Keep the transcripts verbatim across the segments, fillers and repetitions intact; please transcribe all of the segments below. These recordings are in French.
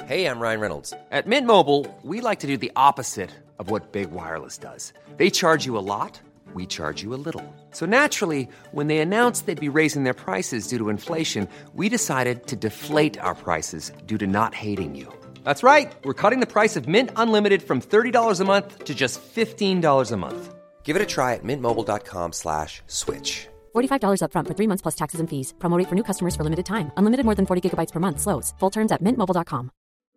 Hey, I'm Ryan Reynolds. At Mint Mobile, we like to do the opposite of what Big Wireless does. They charge you a lot, we charge you a little. So naturally, when they announced they'd be raising their prices due to inflation, we decided to deflate our prices due to not hating you. That's right. We're cutting the price of Mint Unlimited from thirty dollars a month to just fifteen dollars a month. Give it a try at mintmobile.com slash switch. forty-five dollars up front for three months plus taxes and fees. Promo rate for new customers for limited time. Unlimited more than forty gigabytes per month. Slows full terms at mint mobile dot com.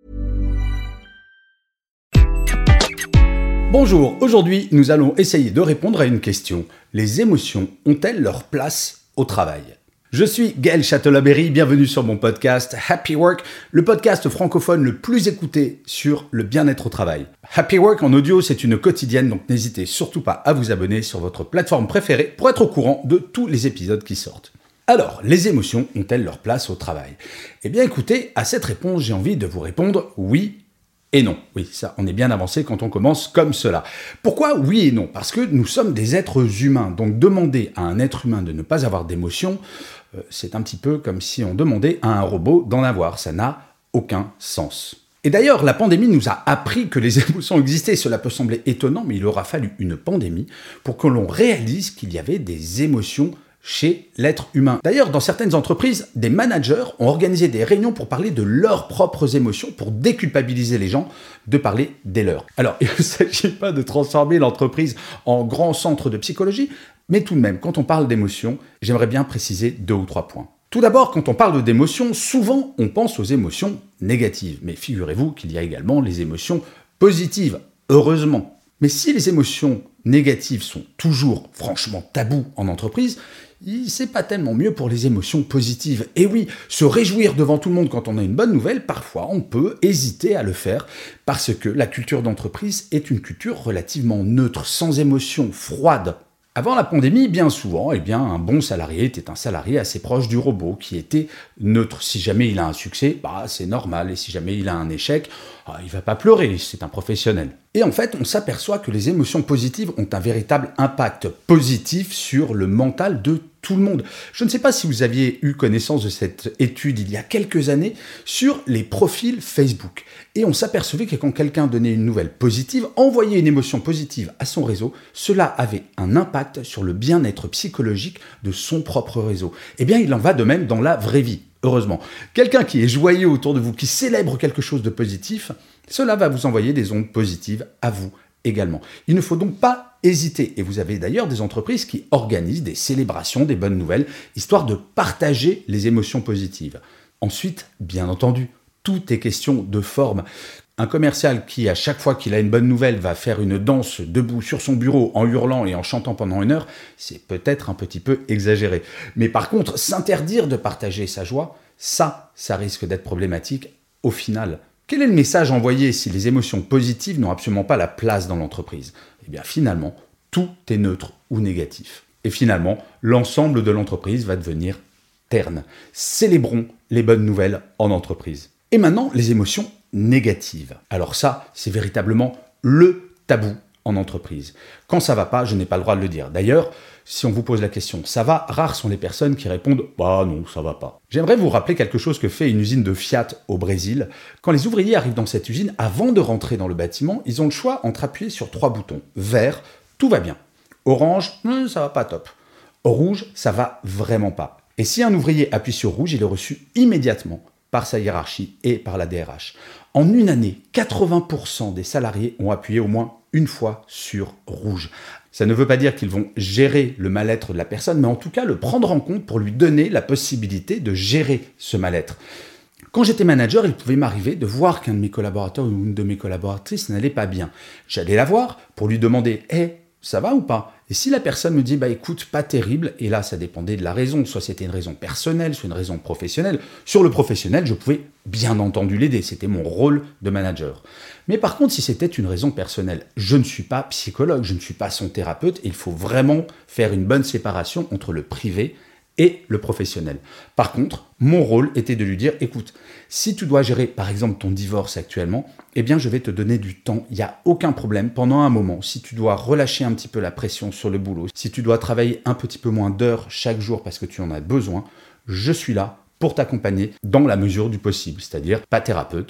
Bonjour, aujourd'hui nous allons essayer de répondre à une question. Les émotions ont-elles leur place au travail ? Je suis Gaël Châtelain-Berry, bienvenue sur mon podcast Happy Work, le podcast francophone le plus écouté sur le bien-être au travail. Happy Work en audio, c'est une quotidienne, donc n'hésitez surtout pas à vous abonner sur votre plateforme préférée pour être au courant de tous les épisodes qui sortent. Alors, les émotions ont-elles leur place au travail ? Eh bien écoutez, à cette réponse, j'ai envie de vous répondre oui et non. Oui, ça, on est bien avancé quand on commence comme cela. Pourquoi oui et non ? Parce que nous sommes des êtres humains, donc demander à un être humain de ne pas avoir d'émotions, euh, c'est un petit peu comme si on demandait à un robot d'en avoir. Ça n'a aucun sens. Et d'ailleurs, la pandémie nous a appris que les émotions existaient. Cela peut sembler étonnant, mais il aura fallu une pandémie pour que l'on réalise qu'il y avait des émotions chez l'être humain. D'ailleurs, dans certaines entreprises, des managers ont organisé des réunions pour parler de leurs propres émotions, pour déculpabiliser les gens de parler des leurs. Alors, il ne s'agit pas de transformer l'entreprise en grand centre de psychologie, mais tout de même, quand on parle d'émotions, j'aimerais bien préciser deux ou trois points. Tout d'abord, quand on parle d'émotions, souvent on pense aux émotions négatives. Mais figurez-vous qu'il y a également les émotions positives, heureusement. Mais si les émotions négatives sont toujours franchement tabous en entreprise, c'est pas tellement mieux pour les émotions positives. Et oui, se réjouir devant tout le monde quand on a une bonne nouvelle, parfois on peut hésiter à le faire parce que la culture d'entreprise est une culture relativement neutre, sans émotion, froide. Avant la pandémie, bien souvent, eh bien, un bon salarié était un salarié assez proche du robot, qui était neutre. Si jamais il a un succès, bah, c'est normal. Et si jamais il a un échec, ah, il va pas pleurer, c'est un professionnel. Et en fait, on s'aperçoit que les émotions positives ont un véritable impact positif sur le mental de tout le monde. Je ne sais pas si vous aviez eu connaissance de cette étude il y a quelques années sur les profils Facebook. Et on s'apercevait que quand quelqu'un donnait une nouvelle positive, envoyait une émotion positive à son réseau, cela avait un impact sur le bien-être psychologique de son propre réseau. Eh bien, il en va de même dans la vraie vie, heureusement. Quelqu'un qui est joyeux autour de vous, qui célèbre quelque chose de positif, cela va vous envoyer des ondes positives à vous également. Il ne faut donc pas hésiter. Et vous avez d'ailleurs des entreprises qui organisent des célébrations, des bonnes nouvelles, histoire de partager les émotions positives. Ensuite, bien entendu, tout est question de forme. Un commercial qui, à chaque fois qu'il a une bonne nouvelle, va faire une danse debout sur son bureau en hurlant et en chantant pendant une heure, c'est peut-être un petit peu exagéré. Mais par contre, s'interdire de partager sa joie, ça, ça risque d'être problématique au final. Quel est le message envoyé si les émotions positives n'ont absolument pas la place dans l'entreprise ? Eh bien finalement, tout est neutre ou négatif. Et finalement, l'ensemble de l'entreprise va devenir terne. Célébrons les bonnes nouvelles en entreprise. Et maintenant, les émotions négatives. Alors ça, c'est véritablement le tabou en entreprise. Quand ça va pas, je n'ai pas le droit de le dire. D'ailleurs, si on vous pose la question « ça va ?», rares sont les personnes qui répondent « bah non, ça va pas ». J'aimerais vous rappeler quelque chose que fait une usine de Fiat au Brésil. Quand les ouvriers arrivent dans cette usine, avant de rentrer dans le bâtiment, ils ont le choix entre appuyer sur trois boutons. Vert, tout va bien. Orange, hmm, ça va pas top. Rouge, ça va vraiment pas. Et si un ouvrier appuie sur rouge, il est reçu immédiatement par sa hiérarchie et par la D R H. En une année, quatre-vingts pour cent des salariés ont appuyé au moins une fois sur rouge. Ça ne veut pas dire qu'ils vont gérer le mal-être de la personne, mais en tout cas le prendre en compte pour lui donner la possibilité de gérer ce mal-être. Quand j'étais manager, il pouvait m'arriver de voir qu'un de mes collaborateurs ou une de mes collaboratrices n'allait pas bien. J'allais la voir pour lui demander « Hey, ça va ou pas ?» Et si la personne me dit « Bah écoute, pas terrible », et là ça dépendait de la raison, soit c'était une raison personnelle, soit une raison professionnelle. Sur le professionnel, je pouvais bien entendu l'aider, c'était mon rôle de manager. Mais par contre, si c'était une raison personnelle, je ne suis pas psychologue, je ne suis pas son thérapeute, et il faut vraiment faire une bonne séparation entre le privé et le professionnel. Par contre, mon rôle était de lui dire, écoute, si tu dois gérer par exemple ton divorce actuellement, eh bien je vais te donner du temps, il n'y a aucun problème pendant un moment. Si tu dois relâcher un petit peu la pression sur le boulot, si tu dois travailler un petit peu moins d'heures chaque jour parce que tu en as besoin, je suis là pour t'accompagner dans la mesure du possible, c'est-à-dire pas thérapeute,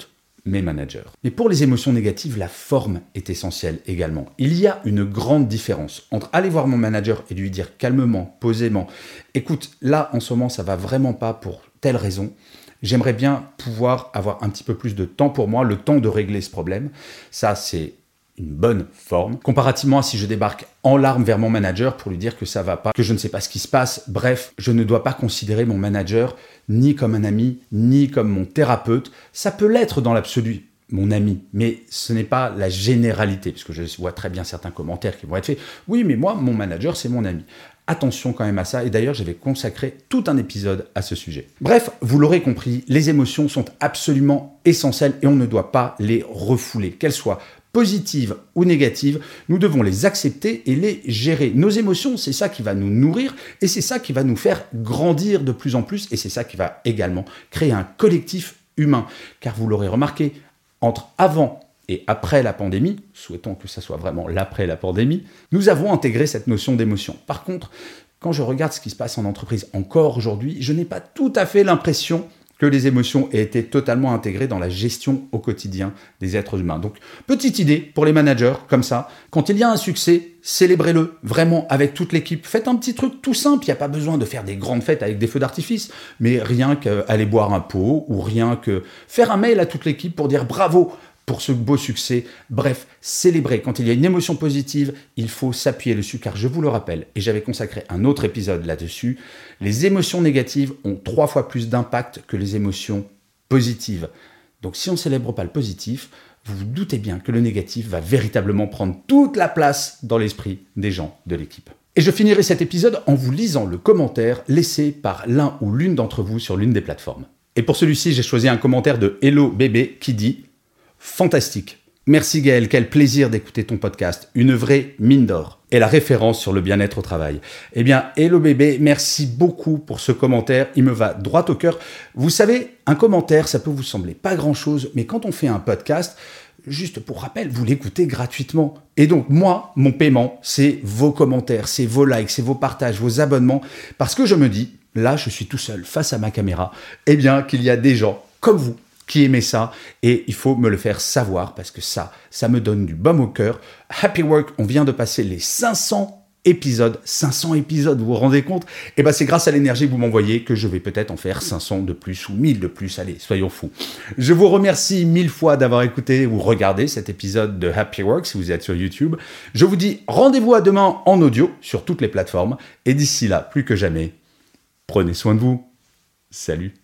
mes managers. Mais pour les émotions négatives, la forme est essentielle également. Il y a une grande différence entre aller voir mon manager et lui dire calmement, posément, écoute, là en ce moment ça va vraiment pas pour telle raison, j'aimerais bien pouvoir avoir un petit peu plus de temps pour moi, le temps de régler ce problème. Ça c'est une bonne forme, comparativement à si je débarque en larmes vers mon manager pour lui dire que ça va pas, que je ne sais pas ce qui se passe. Bref, je ne dois pas considérer mon manager ni comme un ami, ni comme mon thérapeute. Ça peut l'être dans l'absolu, mon ami, mais ce n'est pas la généralité, parce que je vois très bien certains commentaires qui vont être faits. Oui, mais moi, mon manager, c'est mon ami. Attention quand même à ça, et d'ailleurs j'avais consacré tout un épisode à ce sujet. Bref, vous l'aurez compris, les émotions sont absolument essentielles et on ne doit pas les refouler, qu'elles soient positives ou négatives, nous devons les accepter et les gérer. Nos émotions, c'est ça qui va nous nourrir et c'est ça qui va nous faire grandir de plus en plus et c'est ça qui va également créer un collectif humain. Car vous l'aurez remarqué, entre avant et après la pandémie, souhaitons que ça soit vraiment l'après la pandémie, nous avons intégré cette notion d'émotion. Par contre, quand je regarde ce qui se passe en entreprise encore aujourd'hui, je n'ai pas tout à fait l'impression que les émotions aient été totalement intégrées dans la gestion au quotidien des êtres humains. Donc, petite idée pour les managers, comme ça, quand il y a un succès, célébrez-le vraiment avec toute l'équipe. Faites un petit truc tout simple, il n'y a pas besoin de faire des grandes fêtes avec des feux d'artifice, mais rien qu'aller boire un pot ou rien que faire un mail à toute l'équipe pour dire bravo pour ce beau succès. Bref, célébrer. Quand il y a une émotion positive, il faut s'appuyer dessus, car je vous le rappelle, et j'avais consacré un autre épisode là-dessus, les émotions négatives ont trois fois plus d'impact que les émotions positives. Donc si on ne célèbre pas le positif, vous vous doutez bien que le négatif va véritablement prendre toute la place dans l'esprit des gens de l'équipe. Et je finirai cet épisode en vous lisant le commentaire laissé par l'un ou l'une d'entre vous sur l'une des plateformes. Et pour celui-ci, j'ai choisi un commentaire de Hello Bébé qui dit « Fantastique. Merci Gaël, quel plaisir d'écouter ton podcast. Une vraie mine d'or. » Et la référence sur le bien-être au travail. Eh bien, Hello Bébé, merci beaucoup pour ce commentaire. Il me va droit au cœur. Vous savez, un commentaire, ça peut vous sembler pas grand-chose, mais quand on fait un podcast, juste pour rappel, vous l'écoutez gratuitement. Et donc, moi, mon paiement, c'est vos commentaires, c'est vos likes, c'est vos partages, vos abonnements. Parce que je me dis, là, je suis tout seul face à ma caméra, eh bien, qu'il y a des gens comme vous qui aimait ça, et il faut me le faire savoir, parce que ça, ça me donne du baume au cœur. Happy Work, on vient de passer les cinq cents épisodes, cinq cents épisodes, vous vous rendez compte? Et ben c'est grâce à l'énergie que vous m'envoyez que je vais peut-être en faire cinq cents de plus, ou mille de plus, allez, soyons fous. Je vous remercie mille fois d'avoir écouté ou regardé cet épisode de Happy Work, si vous êtes sur YouTube. Je vous dis rendez-vous à demain en audio, sur toutes les plateformes, et d'ici là, plus que jamais, prenez soin de vous. Salut.